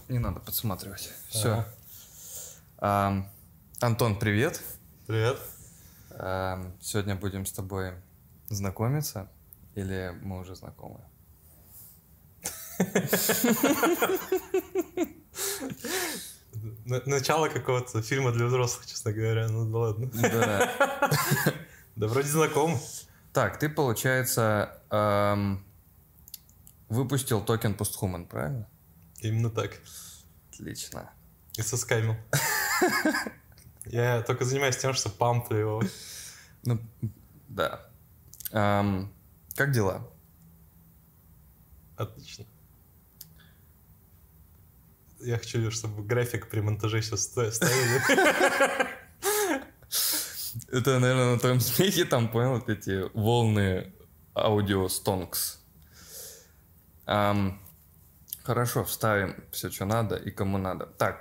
Не надо подсматривать. Все. Антон, привет. Привет. Сегодня будем с тобой знакомиться, или мы уже знакомы? Начало какого-то фильма для взрослых, честно говоря. Ну да ладно. Да. Да вроде знаком. Так, ты, получается, выпустил токен Posthuman, правильно? Именно так. Отлично. И соскамил. Я только занимаюсь тем, что памплю его. Ну, да. Как дела? Отлично. Я хочу, чтобы график при монтаже сейчас ставили. Это, наверное, на твоем смехе там, понял, вот эти волны аудио стонкс. Хорошо, вставим все, что надо и кому надо. Так,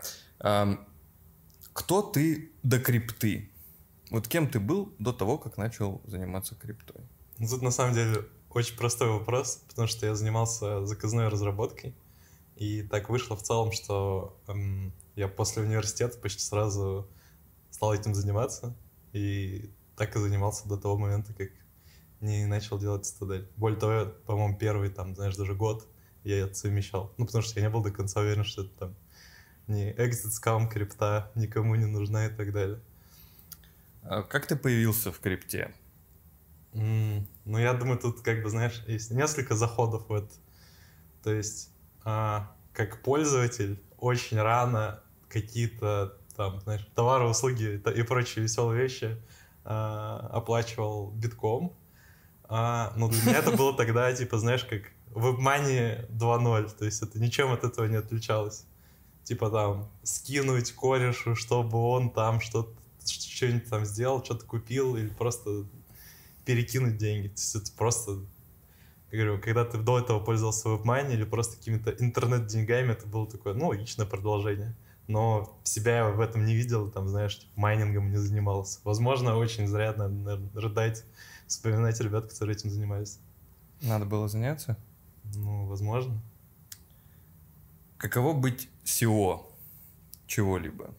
кто ты до крипты? Вот кем ты был до того, как начал заниматься криптой? Тут на самом деле очень простой вопрос, потому что я занимался заказной разработкой. И так вышло в целом, что я после университета почти сразу стал этим заниматься. И так и занимался до того момента, как не начал делать стадель. Более того, по-моему, первый, там, знаешь, даже год я это совмещал. Ну, потому что я не был до конца уверен, что это там не экзит, скам, крипта, никому не нужна и так далее. Как ты появился в крипте? Ну, я думаю, тут, как бы, знаешь, есть несколько заходов в это. То есть, как пользователь, очень рано какие-то там, знаешь, товары, услуги и прочие веселые вещи оплачивал битком. Но для меня это было тогда, типа, знаешь, как WebMoney 2.0. То есть это ничем от этого не отличалось. Типа там скинуть корешу, чтобы он там что-нибудь там сделал, что-то купил, или просто перекинуть деньги. То есть это просто, я говорю, когда ты до этого пользовался WebMoney или просто какими-то интернет-деньгами, это было такое, ну, логичное продолжение. Но себя я в этом не видел, там, знаешь, типа, майнингом не занимался. Возможно, очень зря, наверное, рыдать, вспоминать ребят, которые этим занимались. Надо было заняться? Ну, возможно. Каково быть SEO чего-либо?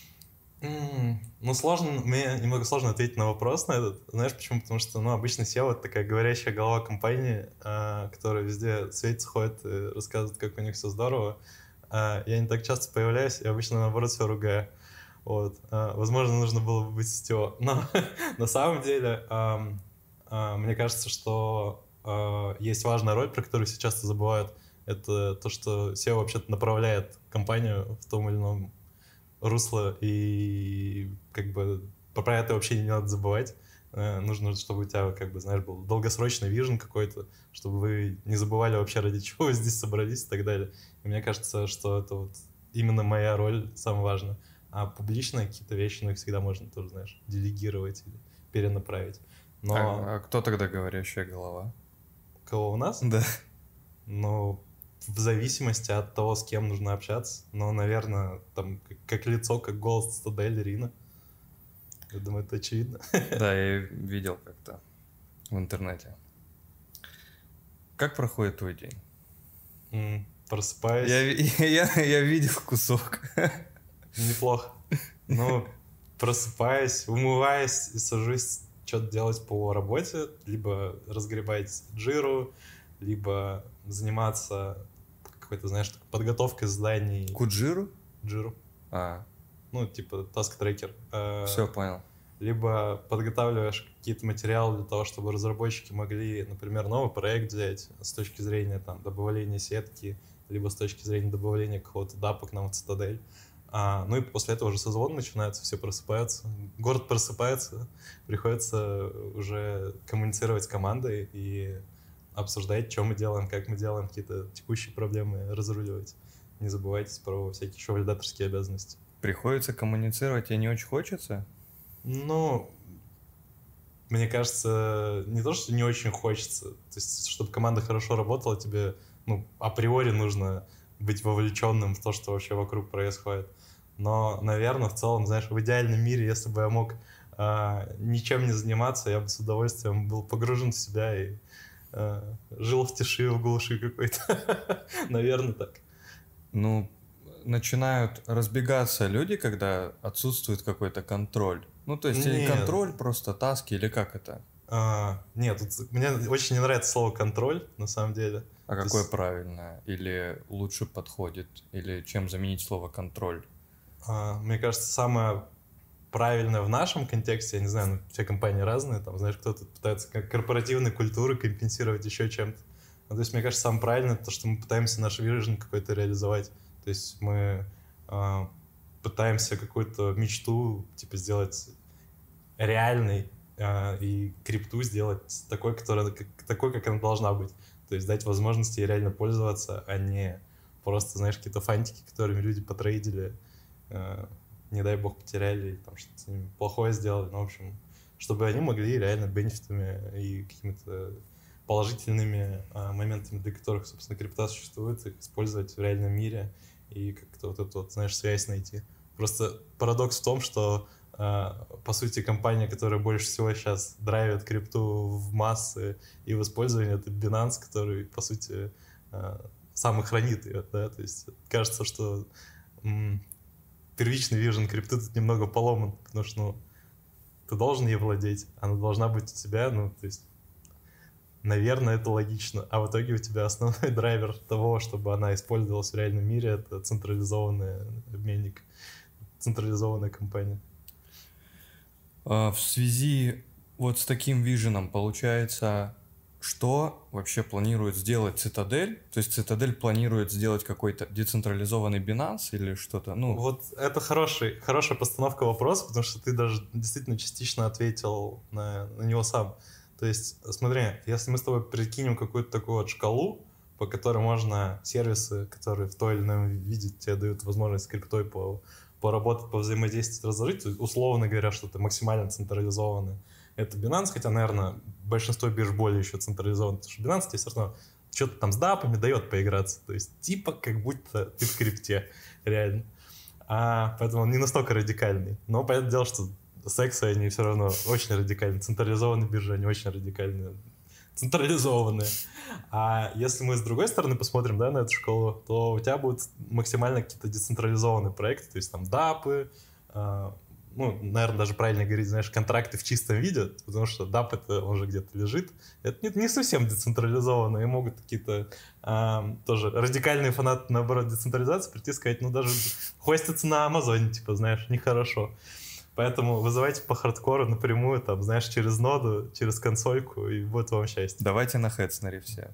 Ну, сложно, мне немного сложно ответить на вопрос на этот. Знаешь почему? Потому что, ну, обычно SEO — это такая говорящая голова компании, которая везде светится, ходит и рассказывает, как у них все здорово. Я не так часто появляюсь, и обычно, наоборот, все ругаю. Вот. Возможно, нужно было бы быть SEO. Но на самом деле, мне кажется, что есть важная роль, про которую все часто забывают. Это то, что SEO вообще-то направляет компанию в том или ином русло, и как бы про это вообще не надо забывать. Нужно, чтобы у тебя, как бы, знаешь, был долгосрочный вижен какой-то, чтобы вы не забывали вообще, ради чего вы здесь собрались и так далее. И мне кажется, что это вот именно моя роль самая важная. А публичные какие-то вещи, ну, их всегда можно тоже, знаешь, делегировать или перенаправить. Но... А кто тогда говорящая голова? Кого у нас? Да. Ну, в зависимости от того, с кем нужно общаться. Но, наверное, там, как лицо, как голос Стадель, Рина. Я думаю, это очевидно. Да, я видел как-то в интернете. Как проходит твой день? Просыпаюсь. Я видел кусок. Неплохо. Ну, просыпаюсь, умываюсь и сажусь что-то делать по работе. Либо разгребать джиру, либо заниматься какой-то, знаешь, подготовкой заданий. Куджиру? Джиру. Ну, типа task-трекер. Все, понял. Либо подготавливаешь какие-то материалы для того, чтобы разработчики могли, например, новый проект взять с точки зрения там добавления сетки, либо с точки зрения добавления какого-то дапа к нам в Цитадель. Ну и после этого уже созвон начинается, все просыпаются, город просыпается, приходится уже коммуницировать с командой и обсуждать, что мы делаем, как мы делаем, какие-то текущие проблемы разруливать. Не забывайте про всякие еще валидаторские обязанности. Приходится коммуницировать, и не очень хочется? Ну, мне кажется, не то, что не очень хочется. То есть, чтобы команда хорошо работала, тебе, ну, априори нужно быть вовлеченным в то, что вообще вокруг происходит. Но, наверное, в целом, знаешь, в идеальном мире, если бы я мог ничем не заниматься, я бы с удовольствием был погружен в себя и жил в тиши, в глуши какой-то. Наверное, так. Ну, начинают разбегаться люди, когда отсутствует какой-то контроль? Ну, то есть, или Нет. контроль, просто таски, или как это? Нет, мне очень не нравится слово «контроль», на самом деле. А То какое есть, правильное? Или лучше подходит? Или чем заменить слово контроль? мне кажется, самое правильное в нашем контексте, я не знаю, ну, все компании разные, там, знаешь, кто-то пытается как корпоративной культуры компенсировать еще чем-то. Ну, то есть, мне кажется, самое правильное то, что мы пытаемся наш вижен какой-то реализовать. То есть мы пытаемся какую-то мечту, типа, сделать реальной, и крипту сделать такой, такой, как она должна быть. То есть дать возможности ей реально пользоваться, а не просто, знаешь, какие-то фантики, которыми люди потрейдили, не дай бог потеряли, там что-то с ними плохое сделали. Ну, в общем, чтобы они могли реально бенефитами и какими-то положительными моментами, для которых, собственно, крипта существует, их использовать в реальном мире и как-то вот эту, вот, знаешь, связь найти. Просто парадокс в том, что по сути, компания, которая больше всего сейчас драйвит крипту в массы и в использовании, это Binance, который, по сути, сам и хранит ее, да, то есть кажется, что первичный вижен крипты тут немного поломан, потому что, ну, ты должен ей владеть, она должна быть у тебя, ну, то есть, наверное, это логично, а в итоге у тебя основной драйвер того, чтобы она использовалась в реальном мире, это централизованный обменник, централизованная компания. В связи вот с таким виженом получается, что вообще планирует сделать Цитадель? То есть Цитадель планирует сделать какой-то децентрализованный Binance или что-то? Ну, вот это хорошая постановка вопроса, потому что ты даже действительно частично ответил на него сам. То есть, смотри, если мы с тобой прикинем какую-то такую вот шкалу, по которой можно сервисы, которые в той или ином виде тебе дают возможность с криптой поработать, повзаимодействовать, разложить, условно говоря, что-то максимально централизованное. Это Binance, хотя, наверное, большинство бирж более еще централизовано, потому что Binance тебе все равно что-то там с дапами дает поиграться. То есть типа как будто ты в крипте, реально. Поэтому он не настолько радикальный. Но понятное дело, что сексы они все равно очень радикальные. Централизованные биржи, они очень радикальные. Централизованные. А если мы с другой стороны посмотрим, да, на эту шкалу, то у тебя будут максимально какие-то децентрализованные проекты, то есть там дапы, ну, наверное, даже правильно говорить, знаешь, контракты в чистом виде, потому что DAP это он же где-то лежит. Это не совсем децентрализованно, и могут какие-то тоже радикальные фанаты, наоборот, децентрализации прийти и сказать, ну, даже хоститься на Амазоне, типа, знаешь, нехорошо. Поэтому вызывайте по хардкору напрямую, там, знаешь, через ноду, через консольку, и будет вам счастье. Давайте на Хедснере все.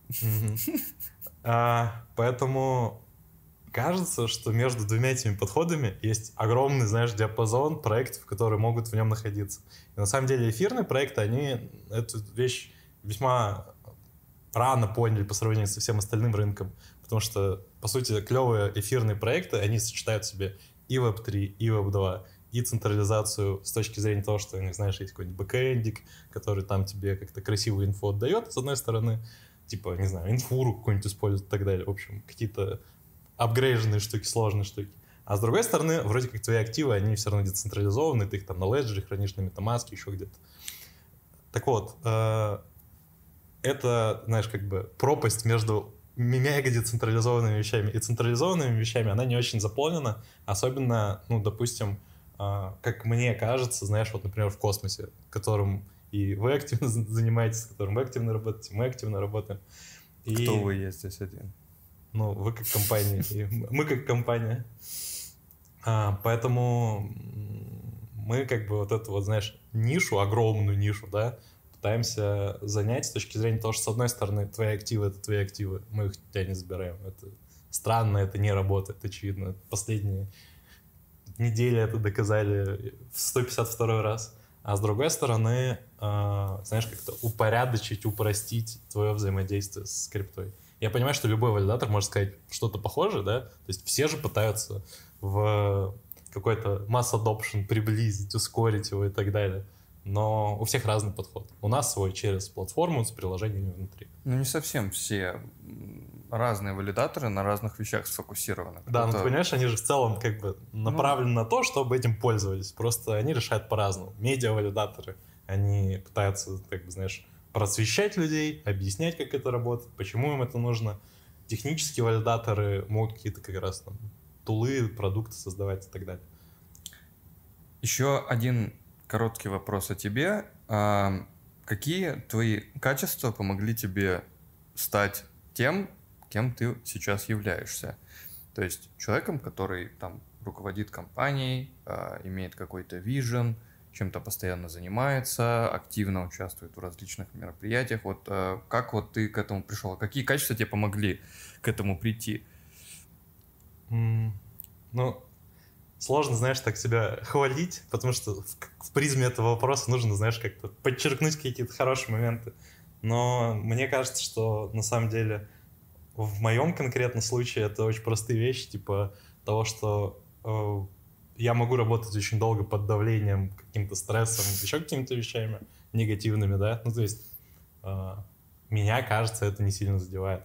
Поэтому кажется, что между двумя этими подходами есть огромный, знаешь, диапазон проектов, которые могут в нем находиться. И на самом деле эфирные проекты, они эту вещь весьма рано поняли по сравнению со всем остальным рынком, потому что, по сути, клевые эфирные проекты, они сочетают в себе и Web3, и Web2, и централизацию с точки зрения того, что, не знаешь, есть какой-нибудь бэкэндик, который там тебе как-то красивую инфу отдает, с одной стороны, типа, не знаю, инфуру какую-нибудь использует и так далее. В общем, какие-то апгрейженные штуки, сложные штуки. А с другой стороны, вроде как твои активы, они все равно децентрализованы, ты их там на Ledger хранишь, на MetaMask, еще где-то. Так вот, это, знаешь, как бы пропасть между мега децентрализованными вещами и централизованными вещами, она не очень заполнена, особенно, ну, допустим, как мне кажется, знаешь, вот, например, в космосе, которым и вы активно занимаетесь, с которым вы активно работаете, мы активно работаем. Кто вы есть здесь один? Ну, вы как компания, и мы как компания. Поэтому мы как бы вот эту вот, знаешь, нишу, огромную нишу, да, пытаемся занять с точки зрения того, что, с одной стороны, твои активы — это твои активы, мы их у тебя не забираем. Это странно, это не работает, очевидно. Последние недели это доказали в 152 раз. А с другой стороны, знаешь, как-то упорядочить, упростить твое взаимодействие с криптой. Я понимаю, что любой валидатор может сказать что-то похожее, да? То есть все же пытаются в какой-то mass adoption приблизить, ускорить его и так далее. Но у всех разный подход. У нас свой через платформу с приложениями внутри. Ну, не совсем все. Разные валидаторы на разных вещах сфокусированы. Да, ну ты понимаешь, они же в целом как бы направлены на то, чтобы этим пользовались. Просто они решают по-разному. Медиа-валидаторы, они пытаются, как бы, знаешь, просвещать людей, объяснять, как это работает, почему им это нужно. Технические валидаторы могут какие-то как раз там тулы, продукты создавать и так далее. Еще один короткий вопрос о тебе. Какие твои качества помогли тебе стать тем, кем ты сейчас являешься? То есть человеком, который там руководит компанией, имеет какой-то вижен, чем-то постоянно занимается, активно участвует в различных мероприятиях. Вот как вот ты к этому пришел? Какие качества тебе помогли к этому прийти? Ну, сложно, знаешь, так себя хвалить, потому что в призме этого вопроса нужно, знаешь, как-то подчеркнуть какие-то хорошие моменты. Но мне кажется, что на самом деле в моем конкретном случае это очень простые вещи, типа того, что я могу работать очень долго под давлением, каким-то стрессом, еще какими-то вещами негативными, да, ну, то есть меня, кажется, это не сильно задевает.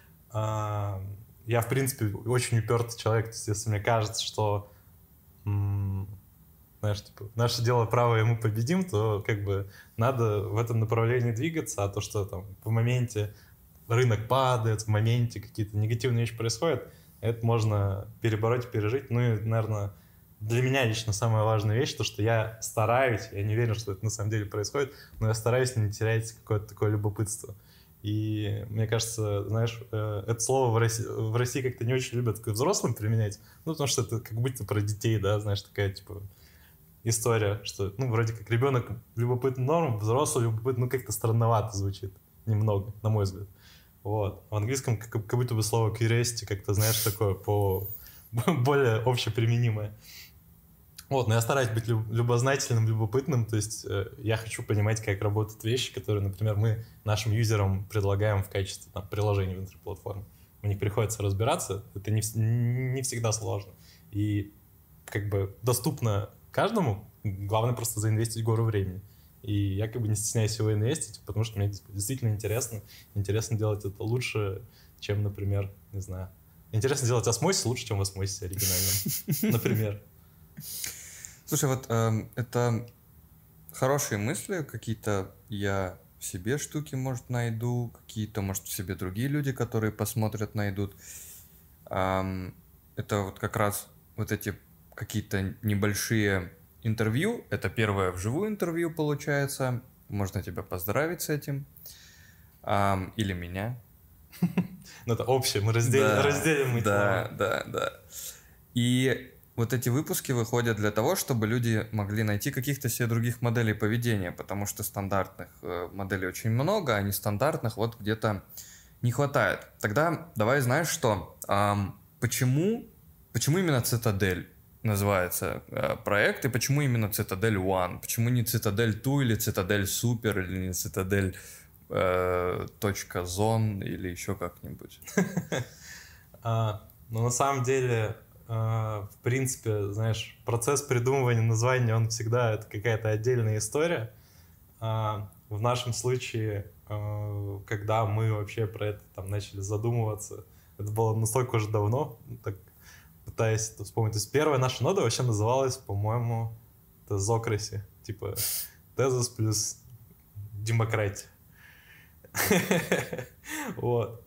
Я, в принципе, очень упертый человек, то есть если мне кажется, что, знаешь, типа, наше дело право, и мы победим, то как бы надо в этом направлении двигаться, а то, что там в моменте рынок падает, в моменте какие-то негативные вещи происходят, это можно перебороть, пережить. Ну и, наверное, для меня лично самая важная вещь, то, что я стараюсь, я не уверен, что это на самом деле происходит, но я стараюсь не терять какое-то такое любопытство. И мне кажется, знаешь, это слово в России как-то не очень любят к взрослым применять, ну, потому что это как будто про детей, да, знаешь, такая, типа, история, что, ну, вроде как ребенок любопытный норм, взрослый любопытный, ну, как-то странновато звучит, немного, на мой взгляд. Вот. В английском как будто бы слово curiosity как-то, знаешь, такое более общеприменимое. Вот, но я стараюсь быть любознательным, любопытным, то есть я хочу понимать, как работают вещи, которые, например, мы нашим юзерам предлагаем в качестве там, приложений внутри платформы. В них приходится разбираться, это не всегда сложно. И как бы доступно каждому, главное просто заинвестить гору времени. И я как бы не стесняюсь его инвестить, потому что мне действительно интересно. Интересно делать это лучше, чем, например, не знаю. Интересно делать осмосис лучше, чем в осмосисе оригинальном, например. Слушай, вот это хорошие мысли, какие-то я в себе штуки, может, найду, какие-то, может, в себе другие люди, которые посмотрят, найдут. Это вот как раз вот эти какие-то небольшие интервью, это первое вживую интервью получается, можно тебя поздравить с этим, или меня. Ну это общее, мы разделим эти слова. Да. И вот эти выпуски выходят для того, чтобы люди могли найти каких-то себе других моделей поведения, потому что стандартных моделей очень много, а нестандартных вот где-то не хватает. Тогда давай, знаешь что, почему именно Цитадель называется проект, и почему именно Цитадель One? Почему не Цитадель 2 или Цитадель Супер, или не Цитадель .zone или еще как-нибудь? Ну, на самом деле, в принципе, знаешь, процесс придумывания названия, он всегда это какая-то отдельная история. В нашем случае, когда мы вообще про это там начали задумываться, это было настолько уже давно, так пытаясь это вспомнить. То есть первая наша нода вообще называлась, по-моему, Зокраси, типа тезис плюс демократия. Вот.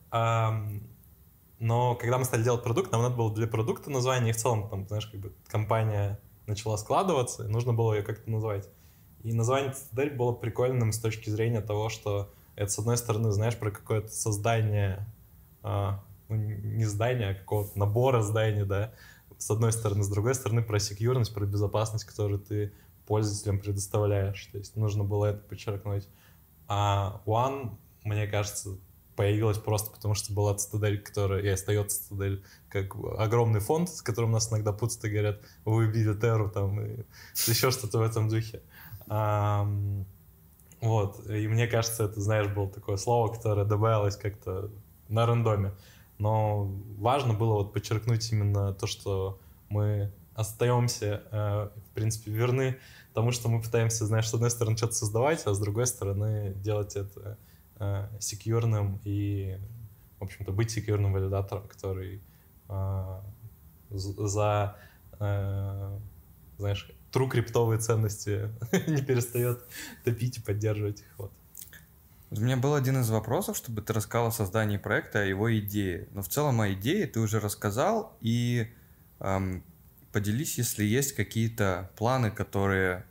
Но когда мы стали делать продукт, нам надо было для продукта название, и в целом, там, знаешь, как бы компания начала складываться, и нужно было ее как-то назвать. И название Цитадель было прикольным с точки зрения того, что это, с одной стороны, знаешь, про какое-то создание, ну, не здания, а какого-то набора зданий, да, с одной стороны, с другой стороны, про секьюрность, про безопасность, которую ты пользователям предоставляешь. То есть нужно было это подчеркнуть. А One, мне кажется, появилась просто потому, что была Цитадель, которая и остается Цитадель, как огромный фонд, с которым нас иногда путают и говорят, вы убили Терру, там, и еще что-то в этом духе. Вот, и мне кажется, это, знаешь, было такое слово, которое добавилось как-то на рандоме. Но важно было вот подчеркнуть именно то, что мы остаемся, в принципе, верны тому, что мы пытаемся, знаешь, с одной стороны что-то создавать, а с другой стороны делать это секьюрным и, в общем-то, быть секьюрным валидатором, который за, знаешь, true криптовые ценности не перестает топить и поддерживать их. Вот. У меня был один из вопросов, чтобы ты рассказал о создании проекта, о его идее. Но в целом о идее ты уже рассказал, и Поделись, если есть какие-то планы, которые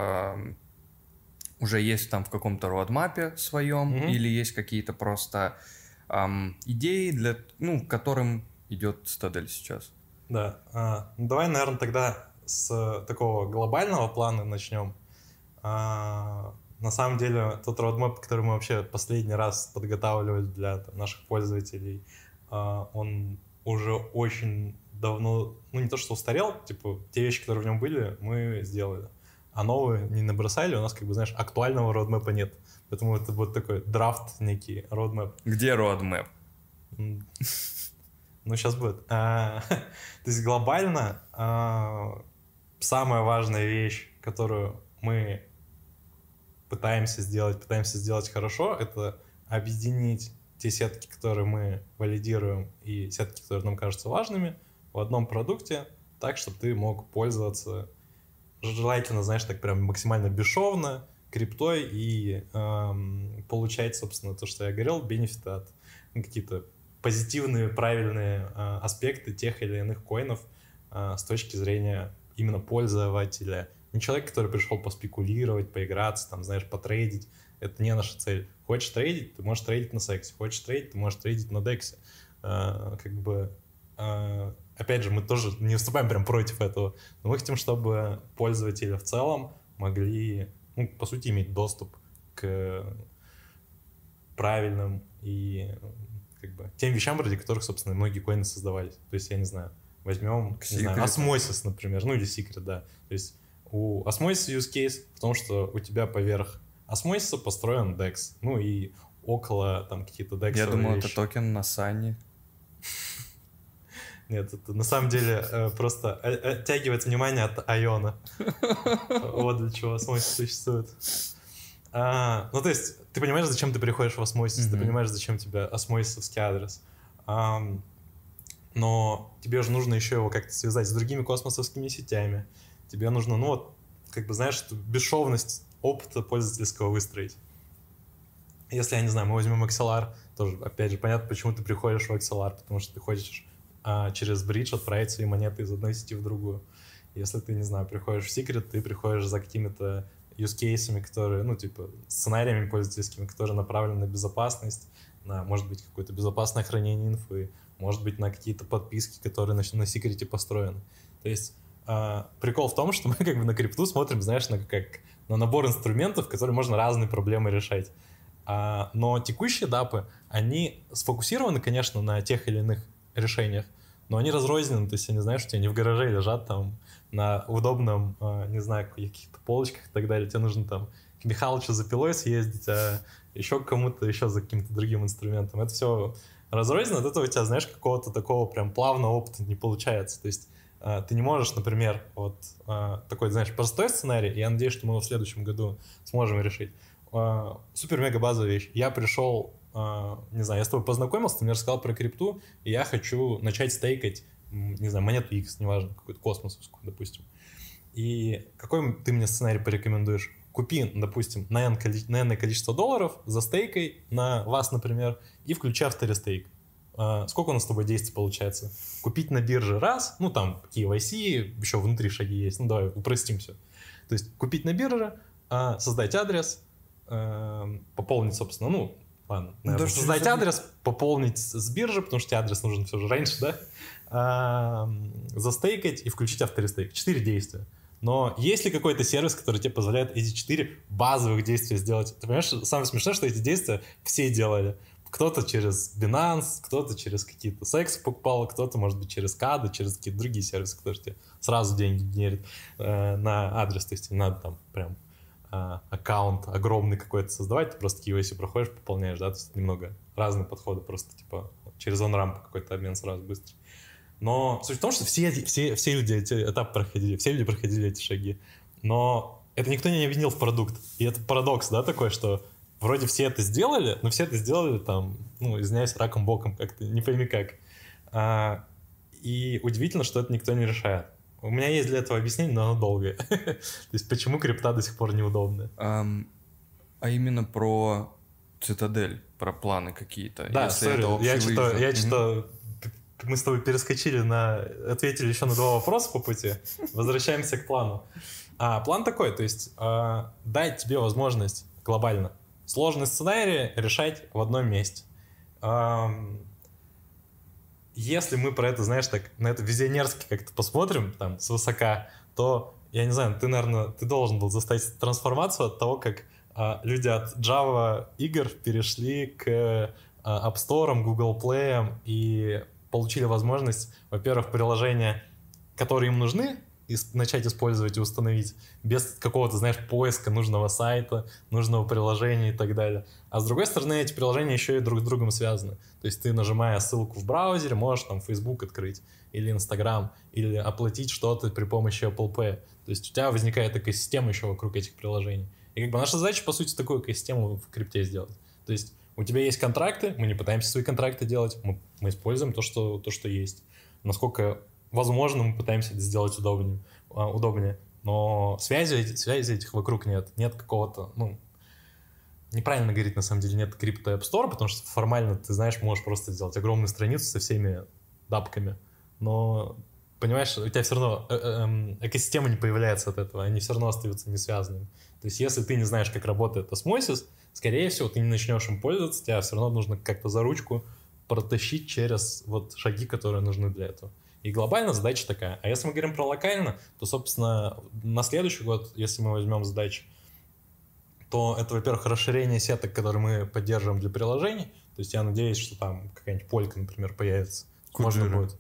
уже есть там в каком-то роадмапе своем, или есть какие-то просто идеи, к которым идет Цитадель сейчас. Да. Давай, наверное, тогда с такого глобального плана начнем. На самом деле, тот roadmap, который мы вообще последний раз подготавливали для наших пользователей, он уже очень давно, не то что устарел, типа те вещи, которые в нем были, мы сделали. А новые не набросали, у нас, знаешь, актуального roadmap нет. Поэтому это будет такой драфт некий, roadmap. Где roadmap? Сейчас будет. То есть глобально самая важная вещь, которую мы пытаемся сделать хорошо, это объединить те сетки, которые мы валидируем, и сетки, которые нам кажутся важными, в одном продукте, так, чтобы ты мог пользоваться, желательно, знаешь, так прям максимально бесшовно, криптой и получать, собственно, то, что я говорил, бенефиты от какие-то позитивные, правильные аспекты тех или иных коинов с точки зрения именно пользователя. Не человек, который пришел поспекулировать, поиграться, там, знаешь, потрейдить. Это не наша цель. Хочешь трейдить, ты можешь трейдить на сексе. Хочешь трейдить, ты можешь трейдить на дексе. Опять же, мы тоже не выступаем прям против этого. Но мы хотим, чтобы пользователи в целом могли, по сути, иметь доступ к правильным и тем вещам, ради которых, собственно, многие коины создавались. То есть, я не знаю, возьмем, Osmosis, например, или Secret, да. То есть у Osmosis use case в том, что у тебя поверх Osmosis построен DEX, и около там какие-то DEX. Я думал, это токен на Сане. Нет, это на самом деле просто оттягивает внимание от Айона. Вот для чего Osmosis существует. То есть, ты понимаешь, зачем ты переходишь в Osmosis, ты понимаешь, зачем тебе осмосисовский адрес. Но тебе же нужно еще его как-то связать с другими космосовскими сетями. Тебе нужно, знаешь, эту бесшовность опыта пользовательского выстроить. Если, я не знаю, мы возьмем XLR, тоже, опять же, понятно, почему ты приходишь в XLR, потому что ты хочешь через бридж отправить свои монеты из одной сети в другую. Если ты, не знаю, приходишь в Secret, ты приходишь за какими-то use-кейсами, которые, сценариями пользовательскими, которые направлены на безопасность, на, может быть, какое-то безопасное хранение инфы, может быть, на какие-то подписки, которые на секрете построены. То есть прикол в том, что мы на крипту смотрим, знаешь, на набор инструментов, которые можно разные проблемы решать. Но текущие дапы, они сфокусированы, конечно, на тех или иных решениях, но они разрознены, то есть они, знаешь, у тебя не в гараже лежат там на удобном, не знаю, каких-то полочках и так далее. Тебе нужно там к Михалычу за пилой съездить, а еще к кому-то еще за каким-то другим инструментом. Это все разрозненно, от этого у тебя, знаешь, какого-то такого прям плавного опыта не получается. То есть ты не можешь, например, такой, знаешь, простой сценарий, я надеюсь, что мы его в следующем году сможем решить. Супер-мега базовая вещь. Я пришел, не знаю, я с тобой познакомился, ты мне рассказал про крипту, и я хочу начать стейкать, не знаю, монету X, неважно, какую-то космосовскую, допустим. И какой ты мне сценарий порекомендуешь? Купи, допустим, на энное количество долларов, застейкай на вас, например, и включи авторестейк. Сколько у нас с тобой действий получается? Купить на бирже раз, там KYC, еще внутри шаги есть, давай упростим все. То есть купить на бирже, создать адрес, пополнить, собственно, создать адрес, пополнить с биржи, потому что тебе адрес нужен все же раньше, да, застейкать и включить авторестейк. 4 действия. Но есть ли какой-то сервис, который тебе позволяет эти 4 базовых действия сделать? Ты понимаешь, самое смешное, что эти действия все делали. Кто-то через Binance, кто-то через какие-то сексы покупал, кто-то, может быть, через CAD, через какие-то другие сервисы, которые тебе сразу деньги генерят на адрес. То есть не надо там прям аккаунт огромный какой-то создавать, ты просто KYC проходишь, пополняешь, да, то есть немного разные подходы, просто типа через он-рампу какой-то обмен сразу быстрый. Но суть в том, что все люди эти этапы проходили, все люди проходили эти шаги, но это никто не обвинил в продукт. И это парадокс, да, такой, что вроде все это сделали, но все это сделали там, извиняюсь, раком-боком, как-то не пойми как. И удивительно, что это никто не решает. У меня есть для этого объяснение, но оно долгое. То есть почему крипта до сих пор неудобная? А именно про Цитадель, про планы какие-то. Да, если это я что-то мы с тобой ответили еще на 2 вопроса по пути. Возвращаемся к плану. План такой, то есть дать тебе возможность глобально сложный сценарий решать в одном месте. Если мы про это, знаешь, так на это визионерски как-то посмотрим, там, свысока, то, я не знаю, ты должен был застать трансформацию от того, как люди от Java игр перешли к App Store, Google Play и получили возможность, во-первых, приложения, которые им нужны, начать использовать и установить без какого-то, знаешь, поиска нужного сайта, нужного приложения и так далее. А с другой стороны, эти приложения еще и друг с другом связаны. То есть ты, нажимая ссылку в браузере, можешь там Facebook открыть, или Instagram, или оплатить что-то при помощи Apple Pay. То есть у тебя возникает экосистема еще вокруг этих приложений. И как бы наша задача, по сути, такую экосистему в крипте сделать. То есть у тебя есть контракты, мы не пытаемся свои контракты делать, мы используем то, что есть. Насколько возможно, мы пытаемся это сделать удобнее. Но связи этих вокруг нет. Нет какого-то, неправильно говорить, на самом деле, нет крипто App Store, потому что формально, ты знаешь, можешь просто сделать огромную страницу со всеми дапками. Но, понимаешь, у тебя все равно экосистема не появляется от этого, они все равно остаются не связанными. То есть, если ты не знаешь, как работает осмосис, скорее всего, ты не начнешь им пользоваться, тебе все равно нужно как-то за ручку протащить через вот шаги, которые нужны для этого. И глобально задача такая. А если мы говорим про локально, то, собственно, на следующий год, если мы возьмем задачи, то это, во-первых, расширение сеток, которые мы поддерживаем для приложений. То есть я надеюсь, что там какая-нибудь полька, например, появится. Можно будет.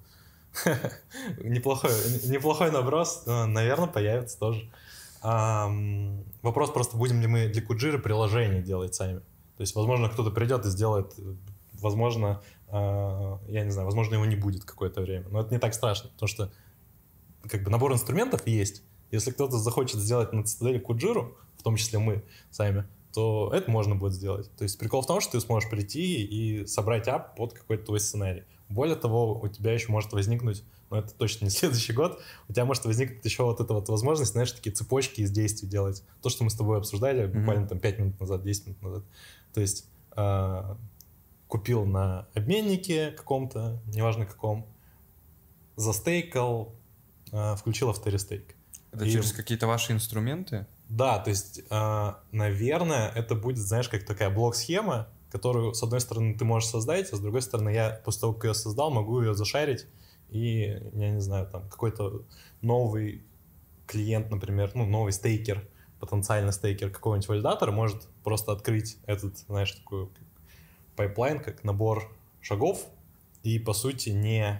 Неплохой наброс. Наверное, появится тоже. Вопрос просто, будем ли мы для Куджира приложение делать сами. То есть, возможно, кто-то придет и сделает, возможно, я не знаю, возможно, его не будет какое-то время. Но это не так страшно, потому что как бы набор инструментов есть. Если кто-то захочет сделать на Цитадели Куджиру, в том числе мы сами, то это можно будет сделать. То есть прикол в том, что ты сможешь прийти и собрать ап под какой-то твой сценарий. Более того, у тебя еще может возникнуть, но это точно не следующий год, у тебя может возникнуть еще вот эта вот возможность, знаешь, такие цепочки из действий делать. То, что мы с тобой обсуждали буквально там 5 минут назад, 10 минут назад. То есть купил на обменнике каком-то, неважно каком, застейкал, включил авторестейк. Это через какие-то ваши инструменты? Да, то есть, наверное, это будет, знаешь, как такая блок-схема, которую, с одной стороны, ты можешь создать, а с другой стороны, я после того, как ее создал, могу ее зашарить, и, я не знаю, там, какой-то новый клиент, например, новый стейкер, потенциально стейкер какого-нибудь валидатора может просто открыть этот, знаешь, такой пайплайн, как набор шагов, и, по сути, не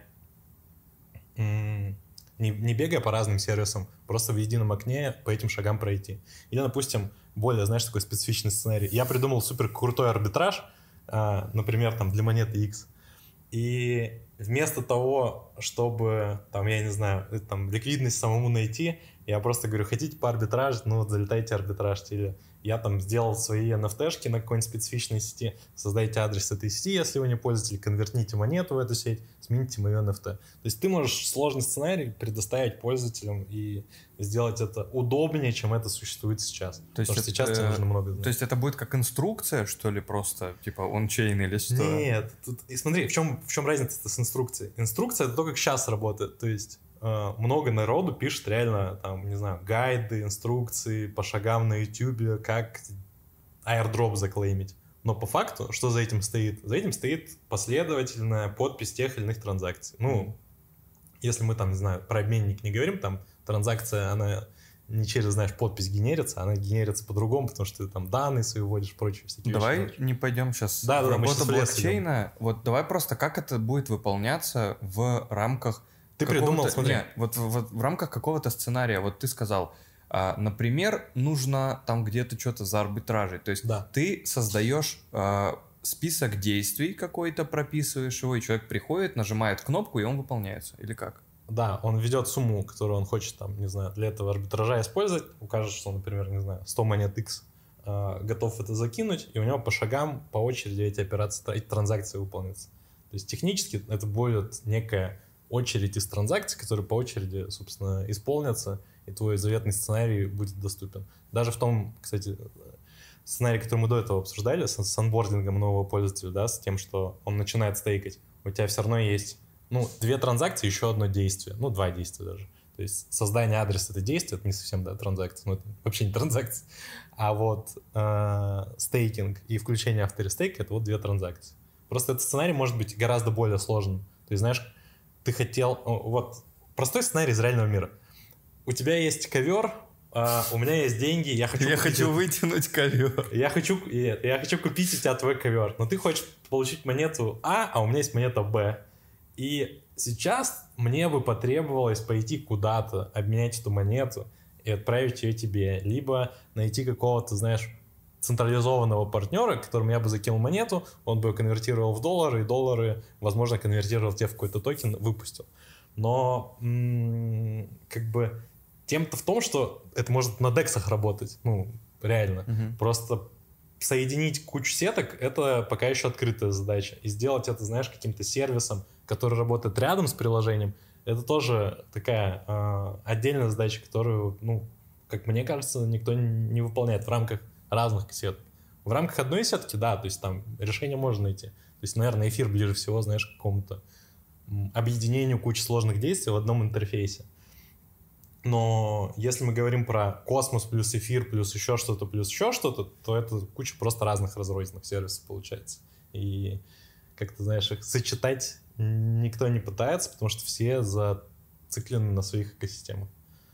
бегая по разным сервисам, просто в едином окне по этим шагам пройти. Или, допустим, более, знаешь, такой специфичный сценарий. Я придумал супер крутой арбитраж, например, там, для монеты X. И вместо того, чтобы, там, я не знаю, там, ликвидность самому найти, я просто говорю, хотите по арбитражу, залетайте арбитражьте. Или я там сделал свои NFT-шки на какой-нибудь специфичной сети, создайте адрес этой сети, если вы не пользователь, конвертните монету в эту сеть, смените мою NFT. То есть ты можешь сложный сценарий предоставить пользователям и сделать это удобнее, чем это существует сейчас. То есть потому что сейчас тебе нужно много знать. То есть это будет как инструкция, что ли, просто, типа ончейн или что? Нет, и смотри, в чем разница с инструкцией? Инструкция — это то, как сейчас работает, то есть много народу пишет реально, там, не знаю, гайды, инструкции по шагам на YouTube, как airdrop заклеймить. Но по факту, что за этим стоит? За этим стоит последовательная подпись тех или иных транзакций. Если мы там, не знаю, про обменник не говорим, там транзакция, она не через, знаешь, подпись генерится, она генерится по-другому, потому что ты там данные свои вводишь, прочие всякие давай вещи. Не пойдем сейчас в работу блокчейна. Вот давай просто, как это будет выполняться в рамках... Ты придумал, смотри. Нет, вот в рамках какого-то сценария. Вот ты сказал, например, нужно там где-то что-то заарбитражить. То есть ты создаешь список действий какой-то, прописываешь его, и человек приходит, нажимает кнопку, и он выполняется. Или как? Да, он введет сумму, которую он хочет, там, не знаю, для этого арбитража использовать, укажет, что, например, не знаю, 100 монет X, готов это закинуть, и у него по шагам, по очереди эти операции, эти транзакции выполнятся. То есть технически это будет некая очередь из транзакций, которые по очереди, собственно, исполнятся, и твой заветный сценарий будет доступен. Даже в том, кстати, сценарий, который мы до этого обсуждали, с анбордингом нового пользователя, да, с тем, что он начинает стейкать, у тебя все равно есть ну, 2 транзакции, еще одно действие. Ну, 2 действия даже. То есть создание адреса — это действие, это не совсем, да, транзакция, но это вообще не транзакция. А вот стейкинг и включение авторестейка — это вот 2 транзакции. Просто этот сценарий может быть гораздо более сложным. То есть, знаешь, ты хотел... Вот простой сценарий из реального мира. У тебя есть ковер, у меня есть деньги, я хочу вытянуть ковер. Я хочу купить у тебя твой ковер, но ты хочешь получить монету А у меня есть монета Б. И сейчас мне бы потребовалось пойти куда-то, обменять эту монету и отправить ее тебе. Либо найти какого-то, знаешь, централизованного партнера, которому я бы закинул монету, он бы ее конвертировал в доллары, и доллары, возможно, конвертировал тебе в какой-то токен, выпустил. Но как бы тем-то в том, что это может на дексах работать, ну, реально. Просто соединить кучу сеток — это пока еще открытая задача. И сделать это, знаешь, каким-то сервисом, который работает рядом с приложением, это тоже такая отдельная задача, которую, ну, как мне кажется, никто не выполняет в рамках разных сеток. В рамках одной сетки, да, то есть там решение можно найти. То есть, наверное, эфир ближе всего, знаешь, к какому-то объединению кучи сложных действий в одном интерфейсе. Но если мы говорим про космос плюс эфир плюс еще что-то, то это куча просто разных разрозненных сервисов получается. И, как ты знаешь, их сочетать никто не пытается, потому что все зациклены на своих экосистемах.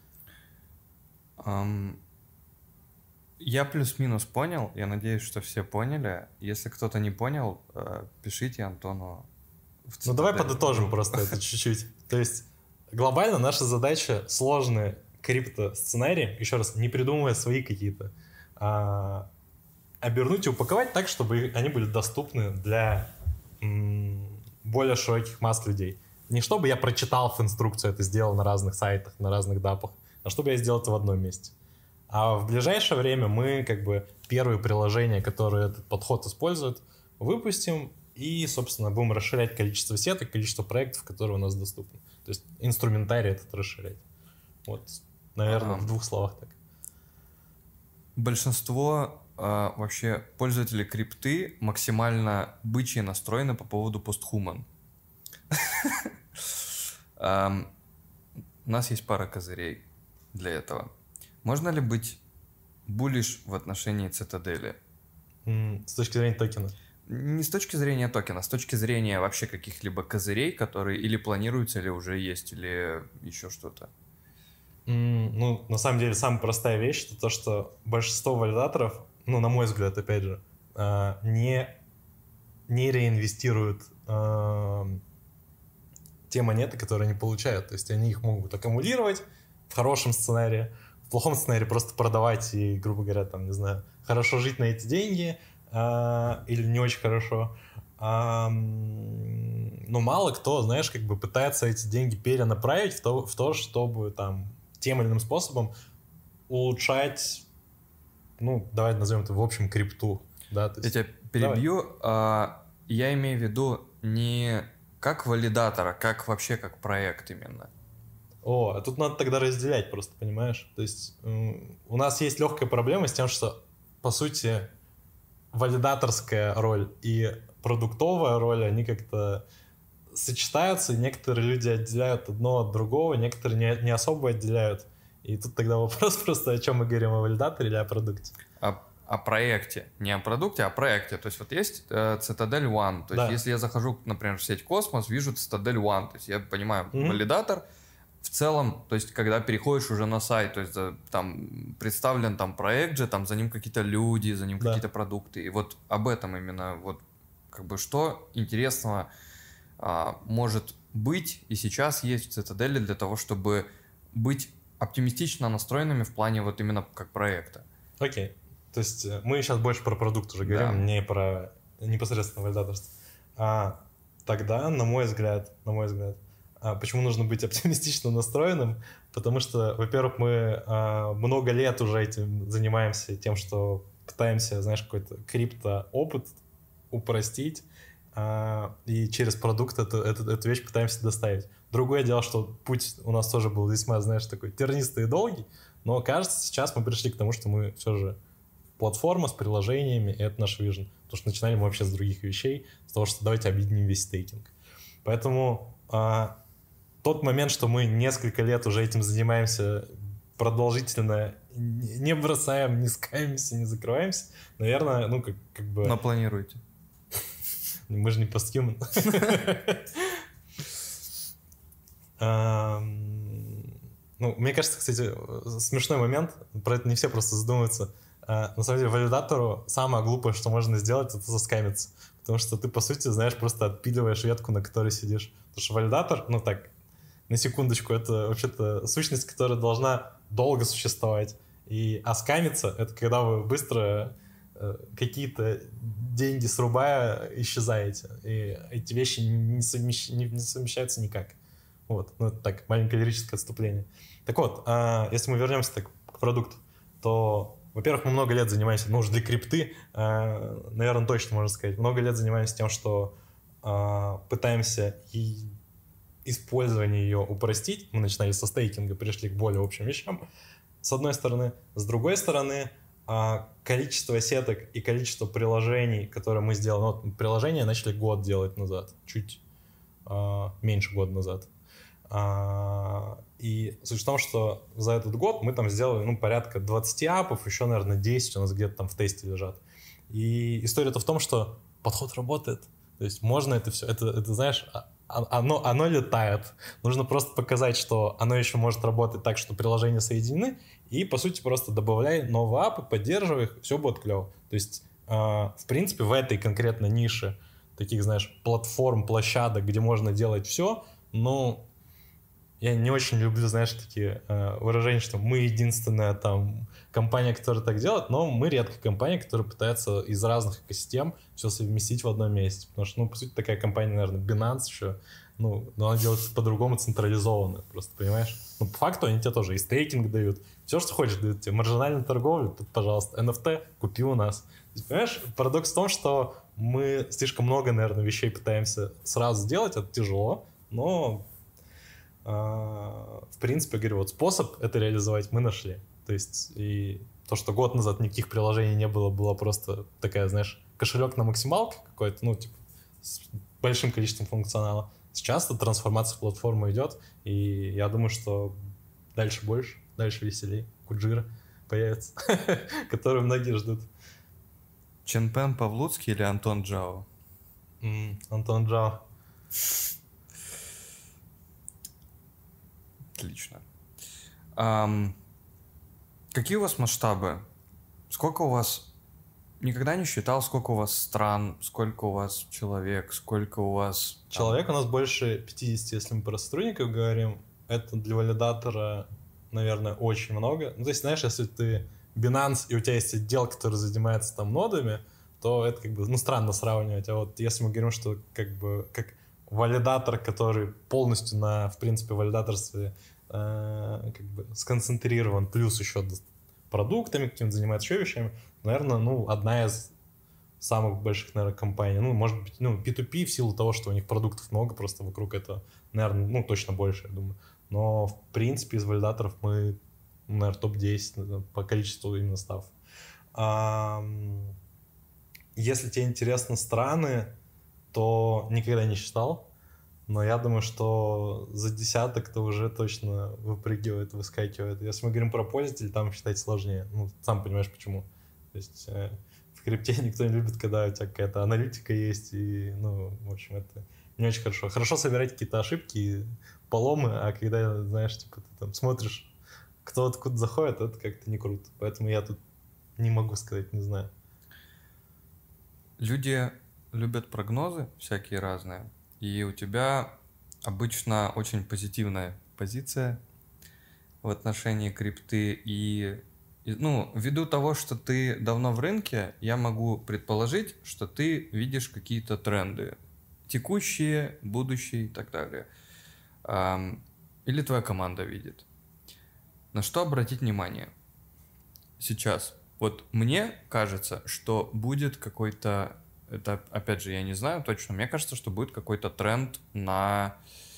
Я плюс-минус понял. Я надеюсь, что все поняли. Если кто-то не понял, пишите Антону в Цитадель. Ну давай подытожим просто это чуть-чуть. То есть глобально наша задача — сложные крипто-сценарии, еще раз, не придумывая свои какие-то, обернуть и упаковать так, чтобы они были доступны для более широких масс людей. Не чтобы я прочитал в инструкцию, это сделал на разных сайтах, на разных дапах, а чтобы я сделал это в одном месте. А в ближайшее время мы как бы первые приложения, которые этот подход используют, выпустим и, собственно, будем расширять количество сеток, количество проектов, которые у нас доступны. То есть инструментарий этот расширять. Вот, наверное, в 2 словах так. Большинство вообще пользователей крипты максимально бычьи настроены по поводу постхуман. У нас есть пара козырей для этого. Можно ли быть буллиш в отношении Цитадели? С точки зрения токена? Не с точки зрения токена, с точки зрения вообще каких-либо козырей, которые или планируются, или уже есть, или еще что-то. Ну, на самом деле, самая простая вещь — это то, что большинство валидаторов, ну, на мой взгляд, опять же, не реинвестируют те монеты, которые они получают. То есть они их могут аккумулировать в хорошем сценарии, в плохом сценарии просто продавать и, грубо говоря, там, не знаю, хорошо жить на эти деньги или не очень хорошо. Но мало кто, знаешь, как бы пытается эти деньги перенаправить в то, чтобы там тем или иным способом улучшать, ну, давай назовем это в общем крипту. Да, то есть... Я тебя перебью. Я имею в виду не как валидатора, как вообще как проект именно. А тут надо тогда разделять просто, понимаешь? То есть у нас есть легкая проблема с тем, что, по сути, валидаторская роль и продуктовая роль, они как-то сочетаются, и некоторые люди отделяют одно от другого, некоторые не особо отделяют. И тут тогда вопрос просто, о чем мы говорим, о валидаторе или о продукте? О проекте. Не о продукте, а о проекте. То есть вот есть Citadel One. То есть если я захожу, например, в сеть Космос, вижу Citadel One. То есть я понимаю, валидатор в целом, то есть когда переходишь уже на сайт, то есть там представлен там проект же, там за ним какие-то люди, за ним какие-то продукты. И вот об этом именно, вот как бы что интересного может быть и сейчас есть в Citadel для того, чтобы быть оптимистично настроенными в плане вот именно как проекта. Окей. То есть мы сейчас больше про продукт уже говорим, не про непосредственно валидаторство. Тогда, на мой взгляд, почему нужно быть оптимистично настроенным? Потому что, во-первых, мы много лет уже этим занимаемся, тем, что пытаемся, знаешь, какой-то крипто-опыт упростить, и через продукт эту вещь пытаемся доставить. Другое дело, что путь у нас тоже был весьма, знаешь, такой тернистый и долгий, но кажется, сейчас мы пришли к тому, что мы все же платформа с приложениями, и это наш вижн. Потому что начинали мы вообще с других вещей, с того, что давайте объединим весь стейкинг. Поэтому Тот момент, что мы несколько лет уже этим занимаемся продолжительно, не бросаем, не скаемся, не закрываемся, наверное, ну, как бы... Но планируете. Мы же не постхуман. Ну, мне кажется, кстати, смешной момент, про это не все просто задумываются. На самом деле, валидатору самое глупое, что можно сделать, это заскамиться. Потому что ты, по сути, знаешь, просто отпиливаешь ветку, на которой сидишь. Потому что валидатор, ну так, на секундочку, это вообще-то сущность, которая должна долго существовать. А скамиться — это когда вы быстро какие-то деньги срубая исчезаете. И эти вещи не совмещаются никак. Вот, ну это так, маленькое лирическое отступление. Так вот, если мы вернемся так к продукту, то, во-первых, мы много лет занимаемся, ну уже для крипты, наверное, точно можно сказать, много лет занимаемся тем, что пытаемся и использование ее упростить. Мы начинали со стейкинга, пришли к более общим вещам, с одной стороны. С другой стороны, количество сеток и количество приложений, которые мы сделали, ну, приложения начали год делать назад, чуть меньше года назад. И суть в том, что за этот год мы там сделали, ну, порядка 20 апов, еще, наверное, 10 у нас где-то там в тесте лежат. И история-то в том, что подход работает. То есть можно это все, это знаешь, оно летает. Нужно просто показать, что оно еще может работать так, что приложения соединены, и, по сути, просто добавляй новые апы, поддерживай их, все будет клево. То есть, в принципе, в этой конкретно нише таких, знаешь, платформ, площадок, где можно делать все, ну, я не очень люблю, знаешь, такие выражения, что мы единственная там компания, которая так делает, но мы редкая компания, которая пытается из разных экосистем все совместить в одном месте. Потому что, ну, по сути, такая компания, наверное, Binance еще, ну, но она делает по-другому централизованно, просто, понимаешь? Ну, по факту они тебе тоже и стейкинг дают, все, что хочешь, дают тебе. Маржинальную торговлю, тут, пожалуйста, NFT купи у нас. То есть, понимаешь, парадокс в том, что мы слишком много, наверное, вещей пытаемся сразу сделать, это тяжело, но... в принципе, говорю, вот способ это реализовать мы нашли. То есть и то, что год назад никаких приложений не было, была просто такая, знаешь, кошелек на максималке какой-то, ну, типа, с большим количеством функционала. Сейчас эта трансформация в платформу идет, и я думаю, что дальше больше, дальше веселей. Куджира появится, которую многие ждут. Ченпен Павлуцкий или Антон Джао? Антон Джао. Отлично. Какие у вас масштабы? Сколько у вас... Никогда не считал, сколько у вас стран, сколько у вас человек, сколько у вас... Человек у нас больше 50, если мы про сотрудников говорим. Это для валидатора, наверное, очень много. Ну, то есть, знаешь, если ты Binance, и у тебя есть отдел, который занимается там нодами, то это как бы, ну, странно сравнивать. А вот если мы говорим, что как бы как валидатор, который полностью на, в принципе, валидаторстве как бы сконцентрирован, плюс еще продуктами какими-то занимается, еще вещами, наверное, ну, одна из самых больших, наверное, компаний. Ну, может быть, ну, P2P в силу того, что у них продуктов много просто вокруг этого, наверное, ну, точно больше, я думаю. Но, в принципе, из валидаторов мы, наверное, топ-10 по количеству именно став. Если тебе интересны страны, то никогда не считал. Но я думаю, что за десяток-то уже точно выпрыгивает, выскакивает. Если мы говорим про пользователей, там считать сложнее. Ну, сам понимаешь, почему. То есть в крипте никто не любит, когда у тебя какая-то аналитика есть. И, ну, в общем, это не очень хорошо. Хорошо собирать какие-то ошибки, поломы, а когда, знаешь, типа ты там смотришь, кто откуда заходит, это как-то не круто. Поэтому я тут не могу сказать, не знаю. Люди любят прогнозы всякие разные. И у тебя обычно очень позитивная позиция в отношении крипты. И, ну, ввиду того, что ты давно в рынке, я могу предположить, что ты видишь какие-то тренды. Текущие, будущие и так далее. Или твоя команда видит. На что обратить внимание сейчас? Вот мне кажется, что будет какой-то... Это, опять же, я не знаю точно. Мне кажется, что будет какой-то тренд на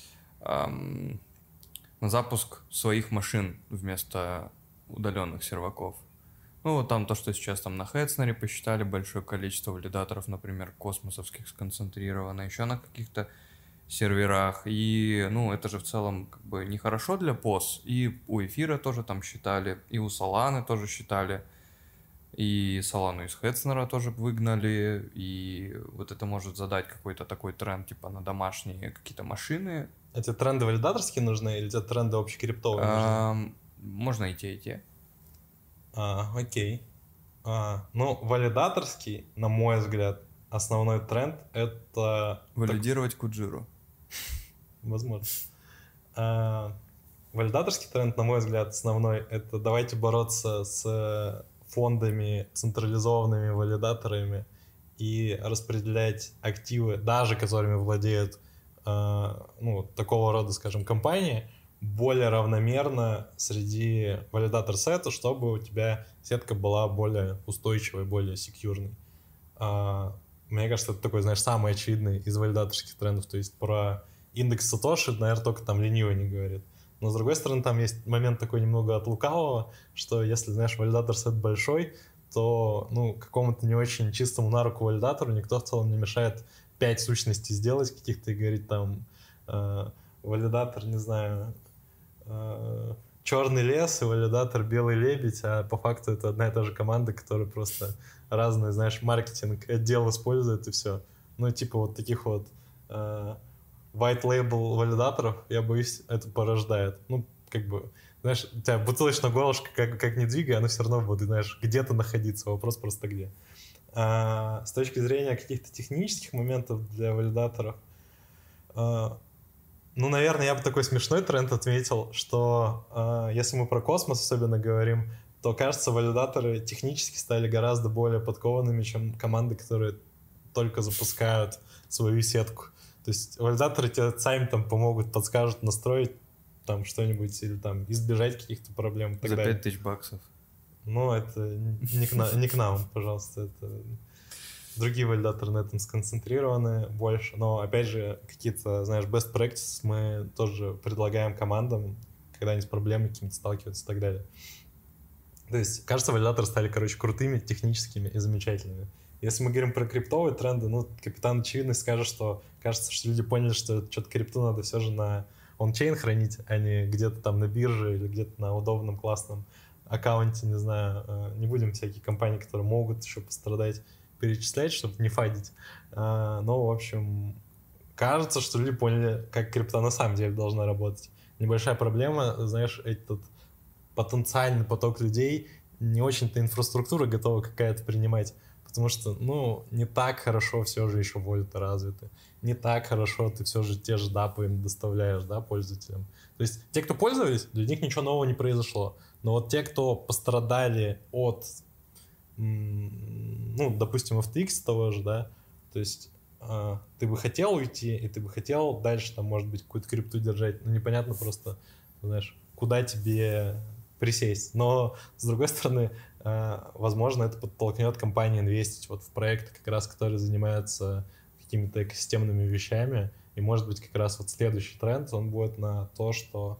запуск своих машин вместо удаленных серваков. Ну, вот там то, что сейчас там на Хетснере посчитали, большое количество валидаторов, например, космосовских сконцентрировано, еще на каких-то серверах. И, ну, это же в целом как бы нехорошо для POS. И у эфира тоже там считали, и у Solana тоже считали. И Solana из Хетцнера тоже выгнали. И вот это может задать какой-то такой тренд, типа на домашние какие-то машины. А тебе тренды валидаторские нужны или тебе тренды общекриптовые нужны? Можно и те, и те. Окей. Ну, валидаторский, на мой взгляд, основной тренд — это... Валидировать Куджиру. Возможно. Валидаторский тренд, на мой взгляд, основной — это давайте бороться с фондами, централизованными валидаторами и распределять активы, даже которыми владеют ну, такого рода, скажем, компании, более равномерно среди валидатор-сета, чтобы у тебя сетка была более устойчивой, более секьюрной. Мне кажется, это такой, знаешь, самый очевидный из валидаторских трендов. То есть про индекс Сатоши, наверное, только там ленивый не говорит. Но, с другой стороны, там есть момент такой немного от лукавого, что если, знаешь, валидатор-сет большой, то, ну, какому-то не очень чистому на руку валидатору никто в целом не мешает 5 сущностей сделать каких-то и говорить там валидатор, не знаю, черный лес и валидатор белый лебедь, а по факту это одна и та же команда, которая просто разные, знаешь, маркетинг отдел использует и все. Ну, типа вот таких вот white label валидаторов, я боюсь, это порождает. Ну, как бы, знаешь, у тебя бутылочная горлышко как не двигай, оно все равно будет, знаешь, где-то находиться. Вопрос просто где. С точки зрения каких-то технических моментов для валидаторов, ну, наверное, я бы такой смешной тренд отметил, что если мы про космос особенно говорим, то, кажется, валидаторы технически стали гораздо более подкованными, чем команды, которые только запускают свою сетку. То есть валидаторы тебе сами там помогут, подскажут настроить там что-нибудь или там избежать каких-то проблем и так За далее. 5000 баксов. Ну, это не к нам, пожалуйста, это... Другие валидаторы на этом сконцентрированы больше, но, опять же, какие-то, знаешь, best practices мы тоже предлагаем командам, когда они с проблемами какими-то сталкиваются и так далее. То есть, кажется, валидаторы стали, короче, крутыми, техническими и замечательными. Если мы говорим про криптовые тренды, ну, капитан очевидность скажет, что кажется, что люди поняли, что что-то крипту надо все же на ончейн хранить, а не где-то там на бирже или где-то на удобном, классном аккаунте, не знаю. Не будем всякие компании, которые могут еще пострадать, перечислять, чтобы не фадить. Но, в общем, кажется, что люди поняли, как крипта на самом деле должна работать. Небольшая проблема, знаешь, этот потенциальный поток людей, не очень-то инфраструктура готова какая-то принимать, потому что, ну, не так хорошо все же еще вольты развиты, не так хорошо ты все же те же дапы им доставляешь, да, пользователям. То есть те, кто пользовались, для них ничего нового не произошло, но вот те, кто пострадали от, ну, допустим, FTX того же, да, то есть ты бы хотел уйти, и ты бы хотел дальше, там, может быть, какую-то крипту держать, но непонятно просто, знаешь, куда тебе присесть. Но, с другой стороны, возможно, это подтолкнет компании инвестить вот в проекты, как раз, которые занимаются какими-то экосистемными вещами, и, может быть, как раз вот следующий тренд, он будет на то, что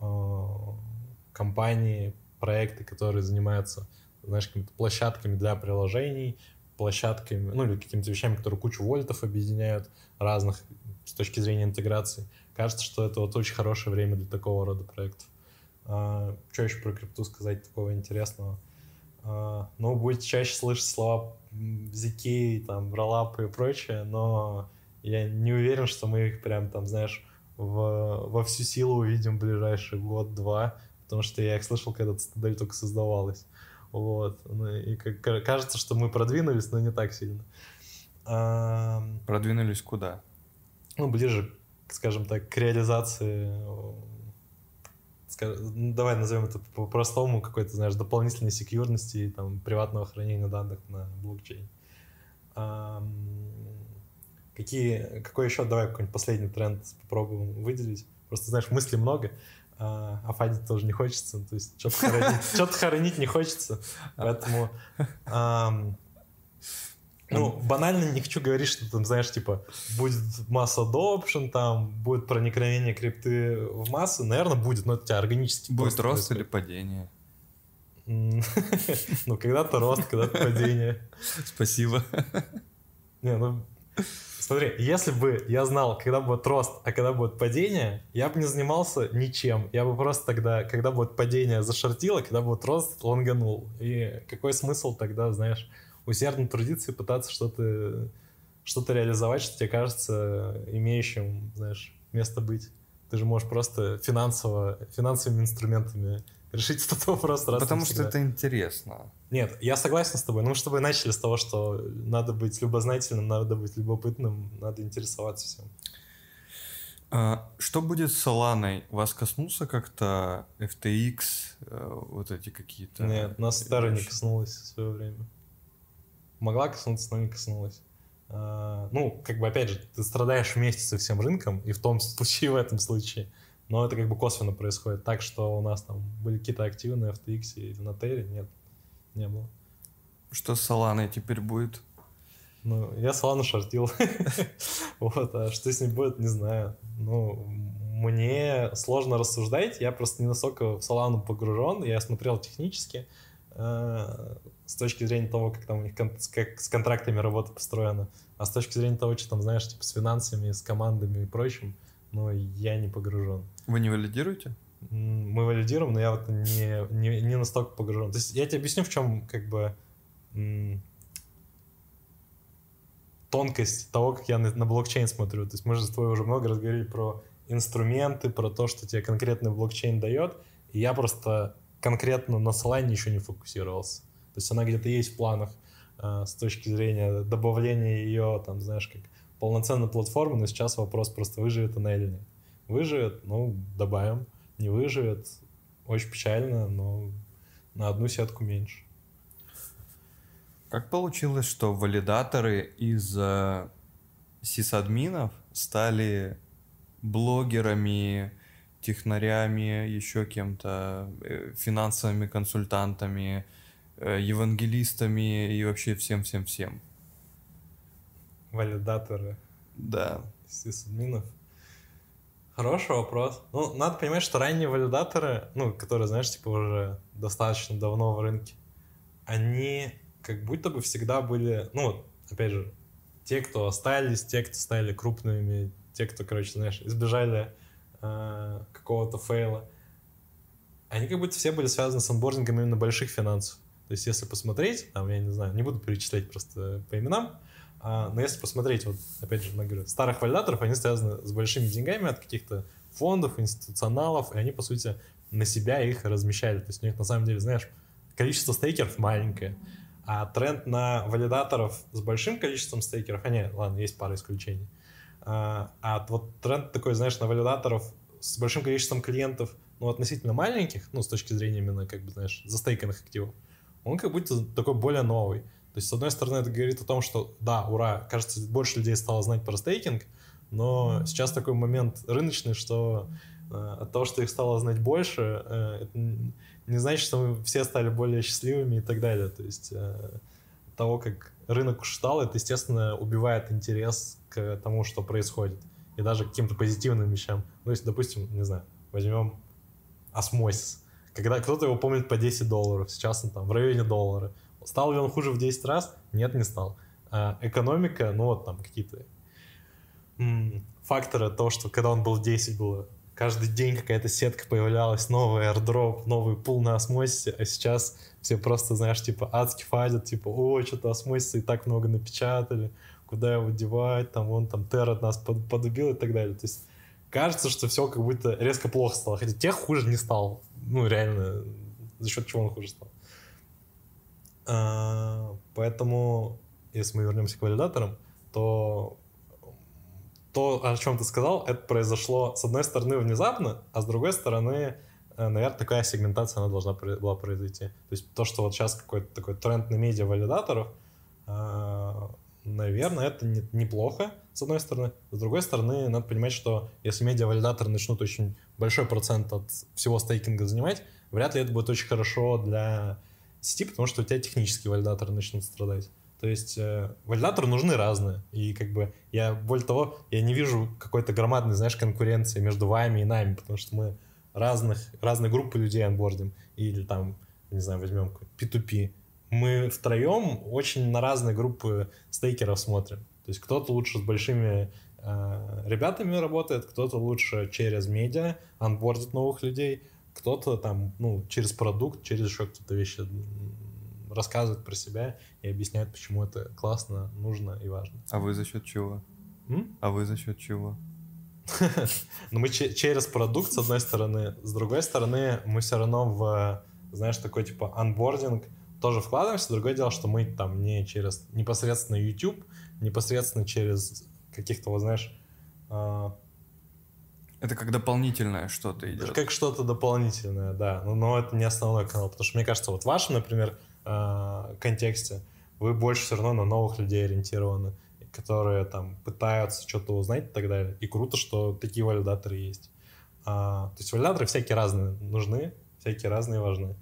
компании, проекты, которые занимаются, знаешь, какими-то площадками для приложений, площадками, ну, или какими-то вещами, которые кучу вольтов объединяют разных с точки зрения интеграции. Кажется, что это вот очень хорошее время для такого рода проектов. Что еще про крипту сказать такого интересного? Ну, будете чаще слышать слова ZK, там, роллапы и прочее, но я не уверен, что мы их прям там, знаешь, во всю силу увидим в ближайший год-два, потому что я их слышал, когда Цитадель только создавалась. Вот. Ну, и кажется, что мы продвинулись, но не так сильно. Продвинулись куда? Ну, ближе, скажем так, к реализации, давай назовем это по-простому, какой-то, знаешь, дополнительной секьюрности и там приватного хранения данных на блокчейн. Какой еще, давай какой-нибудь последний тренд попробуем выделить. Просто, знаешь, мыслей много, а фадить тоже не хочется, то есть что-то хоронить не хочется, поэтому... Ну, банально не хочу говорить, что там, знаешь, типа, будет масс adoption, там, будет проникновение крипты в массы. Наверное, будет, но это у тебя органически будет рост или падение? Ну, когда-то рост, когда-то падение. Спасибо. Не, ну, Смотри, если бы я знал, когда будет рост, а когда будет падение, я бы не занимался ничем. Я бы просто тогда, когда будет падение, зашортил, а когда будет рост, лонганул. И какой смысл тогда, знаешь, усердно трудиться и пытаться что-то реализовать, что тебе кажется имеющим, знаешь, место быть. Ты же можешь просто финансовыми инструментами решить этот вопрос раз Потому навсегда. что это интересно. Нет, я согласен с тобой. Ну, чтобы начали с того, что надо быть любознательным, надо быть любопытным, надо интересоваться всем. Что будет с Solana? Вас коснулся как-то FTX, вот эти какие-то... Нет, нас Terra не коснулась в свое время. Могла коснуться, но не коснулась. Ну, как бы, опять же, ты страдаешь вместе со всем рынком, и в том случае, и в этом случае. Но это как бы косвенно происходит. Так, что у нас там были какие-то активы на FTX или на Terra, нет, не было. Что с Solana теперь будет? Ну, я Solana шортил. Вот, а что с ним будет, не знаю. Ну, мне сложно рассуждать, я просто не настолько в Solana погружен, я смотрел технически, с точки зрения того, как там у них как с контрактами работа построена, а с точки зрения того, что там, знаешь, типа с финансами, с командами и прочим, ну, я не погружен. Вы не валидируете? Мы валидируем, но я вот не настолько погружен. То есть я тебе объясню, в чем как бы тонкость того, как я на блокчейн смотрю. То есть мы же с тобой уже много раз говорили про инструменты, про то, что тебе конкретный блокчейн дает, и я просто конкретно на Solana еще не фокусировался. То есть она где-то есть в планах с точки зрения добавления ее, там, знаешь, как полноценной платформы, но сейчас вопрос просто, выживет она или нет. Выживет, ну, добавим. Не выживет, очень печально, но на одну сетку меньше. Как получилось, что валидаторы из сисадминов стали блогерами, технарями, еще кем-то, финансовыми консультантами, евангелистами и вообще всем-всем-всем? Валидаторы. Да. Сисадминов. Хороший вопрос. Ну, надо понимать, что ранние валидаторы, ну, которые, знаешь, типа уже достаточно давно в рынке, они как будто бы всегда были, ну, опять же, те, кто остались, те, кто стали крупными, те, кто, короче, знаешь, избежали какого-то фейла, они как будто все были связаны с онбордингом именно больших финансов. То есть, если посмотреть, там, я не знаю, не буду перечислять просто по именам, но если посмотреть, вот, опять же, я говорю, старых валидаторов, они связаны с большими деньгами от каких-то фондов, институционалов, и они, по сути, на себя их размещали. То есть, у них, на самом деле, знаешь, количество стейкеров маленькое, а тренд на валидаторов с большим количеством стейкеров, ладно, есть пара исключений, а вот тренд такой, знаешь, на валидаторов с большим количеством клиентов, ну, относительно маленьких, ну, с точки зрения именно, как бы, знаешь, застейканных активов, он как будто такой более новый. То есть, с одной стороны, это говорит о том, что, да, ура, кажется, больше людей стало знать про стейкинг, но сейчас такой момент рыночный, что от того, что их стало знать больше, это не значит, что мы все стали более счастливыми и так далее. То есть от того, как рынок устал, это, естественно, убивает интерес к тому, что происходит. И даже к каким-то позитивным вещам. Ну, если, допустим, не знаю, возьмем осмосис. Когда кто-то его помнит по $10, сейчас он там в районе $1. Стал ли он хуже в 10 раз? Нет, не стал. Экономика, ну вот там какие-то факторы того, что когда он был в 10, было каждый день какая-то сетка появлялась, новый airdrop, новый пул на осмосисе, а сейчас все просто, знаешь, типа адски фадят, типа, о, что-то осмосиса и так много напечатали, куда его девать, там, вон там Terra нас подубил и так далее. То есть кажется, что все как будто резко плохо стало, хотя тех хуже не стал. Ну, реально, за счет чего он хуже стал. Поэтому, если мы вернемся к валидаторам, то, о чем ты сказал, это произошло, с одной стороны, внезапно, а с другой стороны, наверное, такая сегментация она должна была произойти. То есть то, что вот сейчас какой-то такой тренд на медиа-валидаторов, наверное, это неплохо, с одной стороны. С другой стороны, надо понимать, что если медиа-валидаторы начнут очень большой процент от всего стейкинга занимать, вряд ли это будет очень хорошо для сети, потому что у тебя технические валидаторы начнут страдать. То есть валидаторы нужны разные. И как бы я, более того, я не вижу какой-то громадной, знаешь, конкуренции между вами и нами, потому что мы разные группы людей онбордим. Или там, не знаю, возьмем P2P. Мы втроем очень на разные группы стейкеров смотрим. То есть кто-то лучше с большими ребятами работает, кто-то лучше через медиа анбордит новых людей, кто-то там, ну, через продукт, через еще какие-то вещи рассказывает про себя и объясняет, почему это классно, нужно и важно. А вы за счет чего? А вы за счет чего? Ну, мы через продукт, с одной стороны, с другой стороны, мы все равно в, знаешь, такой типа анбординг тоже вкладываемся. Другое дело, что мы там не через непосредственно YouTube, непосредственно через каких-то, вот знаешь... Это как дополнительное что-то идет. Как что-то дополнительное, да. Но это не основной канал. Потому что, мне кажется, вот в вашем, например, контексте вы больше все равно на новых людей ориентированы, которые там пытаются что-то узнать и так далее. И круто, что такие валидаторы есть. То есть валидаторы всякие разные нужны, всякие разные важны.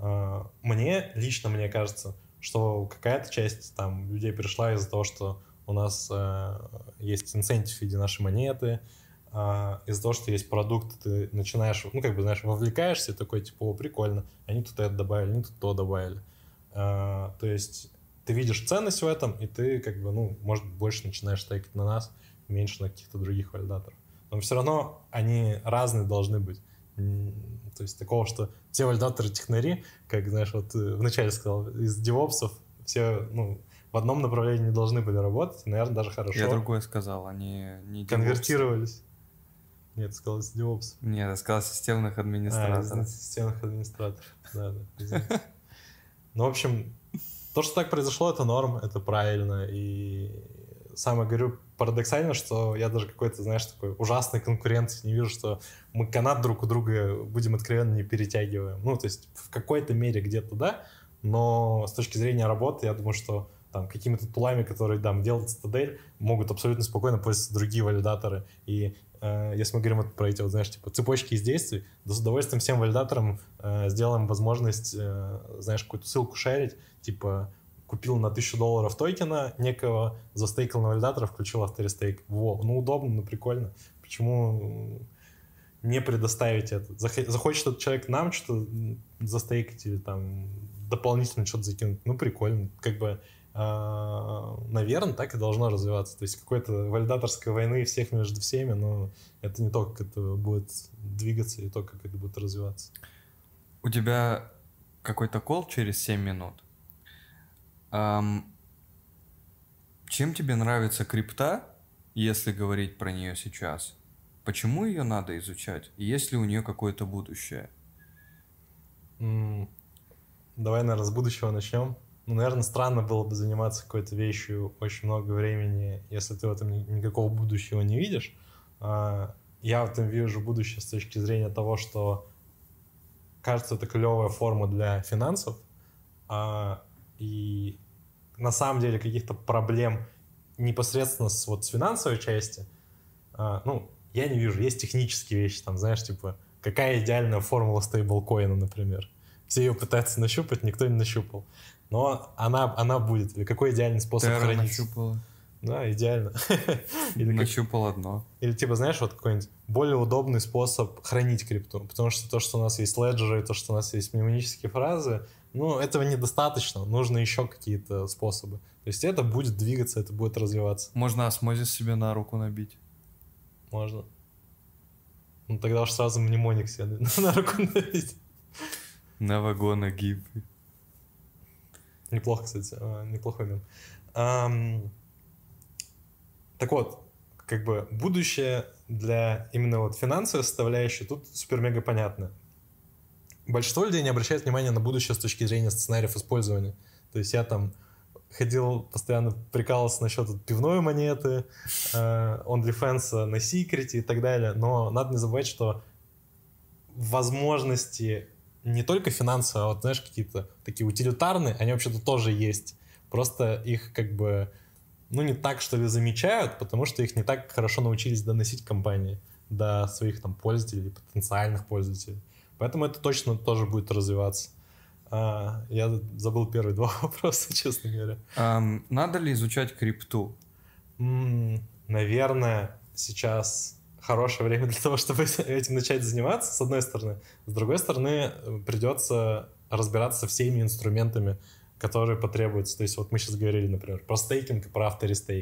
Мне кажется, что какая-то часть там людей пришла из-за того, что у нас есть инцентив в виде нашей монеты, из-за того, что есть продукт, ты начинаешь, ну, как бы, знаешь, вовлекаешься, такой, типа, о, прикольно, они тут это добавили, они тут то добавили. То есть ты видишь ценность в этом, и ты, как бы, ну, может, больше начинаешь стейкать на нас, меньше на каких-то других валидаторов. Но все равно они разные должны быть. То есть такого, что все валидаторы технари, как, знаешь, вот вначале сказал, из девопсов все, ну, в одном направлении не должны были работать, и, наверное, даже хорошо. Я другое сказал, они не конвертировались. Нет, сказал из DevOps. Нет, я сказал системных администраторов. Системных администраторов, да, извините. Ну, в общем, то, что так произошло, это норм, это правильно. И самое, говорю, парадоксально, что я даже какой-то, знаешь, такой ужасной конкуренции не вижу, что мы канат друг у друга, будем откровенно, не перетягиваем. Ну, то есть в какой-то мере где-то, да, но с точки зрения работы, я думаю, что там какими-то тулами, которые там делают Citadel, могут абсолютно спокойно пользоваться другие валидаторы. И если мы говорим вот про эти, вот, знаешь, типа цепочки из действий, да с удовольствием всем валидаторам сделаем возможность, знаешь, какую-то ссылку шерить, типа купил на $1000 токена некого, застейкал на валидатора, включил авторестейк. Во, ну удобно, ну прикольно. Почему не предоставить это? Захочет этот человек нам что-то застейкать или там дополнительно что-то закинуть, ну прикольно. Как бы наверное, так и должно развиваться. То есть какой-то валидаторской войны всех между всеми, но это не то, как это будет двигаться, и то, как это будет развиваться. У тебя какой-то кол через 7 минут. Чем тебе нравится крипта, если говорить про нее сейчас? Почему ее надо изучать? И есть ли у нее какое-то будущее? Давай, наверное, с будущего начнем. Ну, наверное, странно было бы заниматься какой-то вещью очень много времени, если ты в этом никакого будущего не видишь. Я в этом вижу будущее с точки зрения того, что, кажется, это клевая форма для финансов, и на самом деле каких-то проблем непосредственно с финансовой части, ну, я не вижу. Есть технические вещи, там, знаешь, типа, какая идеальная формула стейблкоина, например. Все ее пытаются нащупать, никто не нащупал. Но она будет. Или какой идеальный способ Терра хранить? нащупала. Да, идеально. Нащупал одно. Или типа, знаешь, вот какой-нибудь более удобный способ хранить крипту. Потому что то, что у нас есть леджеры, и то, что у нас есть мнемонические фразы, ну, этого недостаточно. Нужно еще какие-то способы. То есть это будет двигаться, это будет развиваться. Можно осмозис себе на руку набить. Можно. Ну, тогда уж сразу мнемоник себе на руку набить. Never gonna give. Неплохо, кстати, неплохой мем. Так вот, как бы будущее для именно вот финансовой составляющей тут супер-мега понятно. Большинство людей не обращает внимания на будущее с точки зрения сценариев использования. То есть я там ходил, постоянно прикалывался насчет пивной монеты, OnlyFans на секрете и так далее, но надо не забывать, что возможности не только финансовые, а вот, знаешь, какие-то такие утилитарные, они вообще-то тоже есть. Просто их как бы, ну, не так, что ли, замечают, потому что их не так хорошо научились доносить компании до своих там пользователей, потенциальных пользователей. Поэтому это точно тоже будет развиваться. Я забыл первые два вопроса, честно говоря. Надо ли изучать крипту? Наверное, сейчас хорошее время для того, чтобы этим начать заниматься, с одной стороны. С другой стороны, придется разбираться со всеми инструментами, которые потребуются. То есть вот мы сейчас говорили, например, про стейкинг и про авторестейк.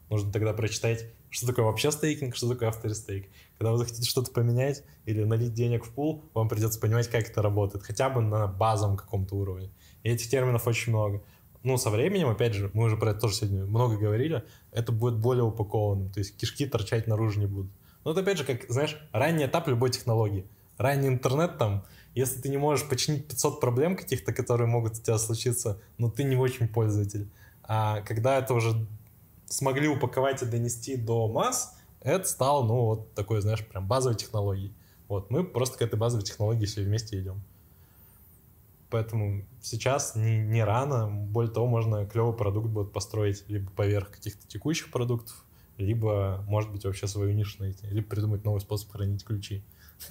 нужно тогда прочитать, что такое вообще стейкинг, что такое авторестейк. Когда вы захотите что-то поменять или налить денег в пул, вам придется понимать, как это работает, хотя бы на базовом каком-то уровне. И этих терминов очень много. Ну, со временем, опять же, мы уже про это тоже сегодня много говорили, это будет более упакованным, то есть кишки торчать наружу не будут. Но это, опять же, как, знаешь, ранний этап любой технологии. Ранний интернет там, если ты не можешь починить 500 проблем каких-то, которые могут у тебя случиться, ну, ты не очень пользователь. А когда это уже смогли упаковать и донести до масс, это стало, ну, вот такой, знаешь, прям базовой технологией. Вот, мы просто к этой базовой технологии все вместе идем. Поэтому сейчас не рано, более того, можно клевый продукт будет построить либо поверх каких-то текущих продуктов, либо, может быть, вообще свою нишу найти, либо придумать новый способ хранить ключи.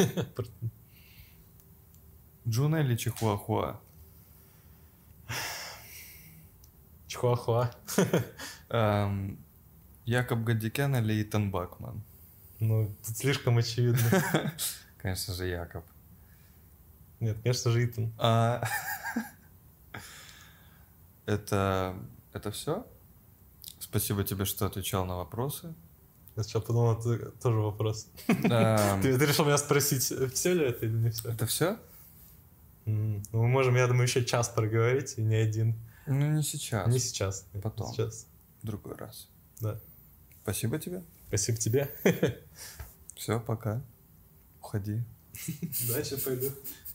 Джуна или Чихуахуа? Чихуахуа. Якоб Гадикян или Итан Бакман? Ну, тут слишком очевидно. Конечно же, Якоб. Нет, конечно же, Итан. Это все? Спасибо тебе, что отвечал на вопросы. Я сначала подумал, это тоже вопрос. Ты решил меня спросить, все ли это или не все? Это все? Ну, мы можем, я думаю, еще час проговорить, и не один. Ну, не сейчас. Не сейчас. Потом. Сейчас. В другой раз. Да. Спасибо тебе. Спасибо тебе. Все, пока. Уходи. Дальше пойду.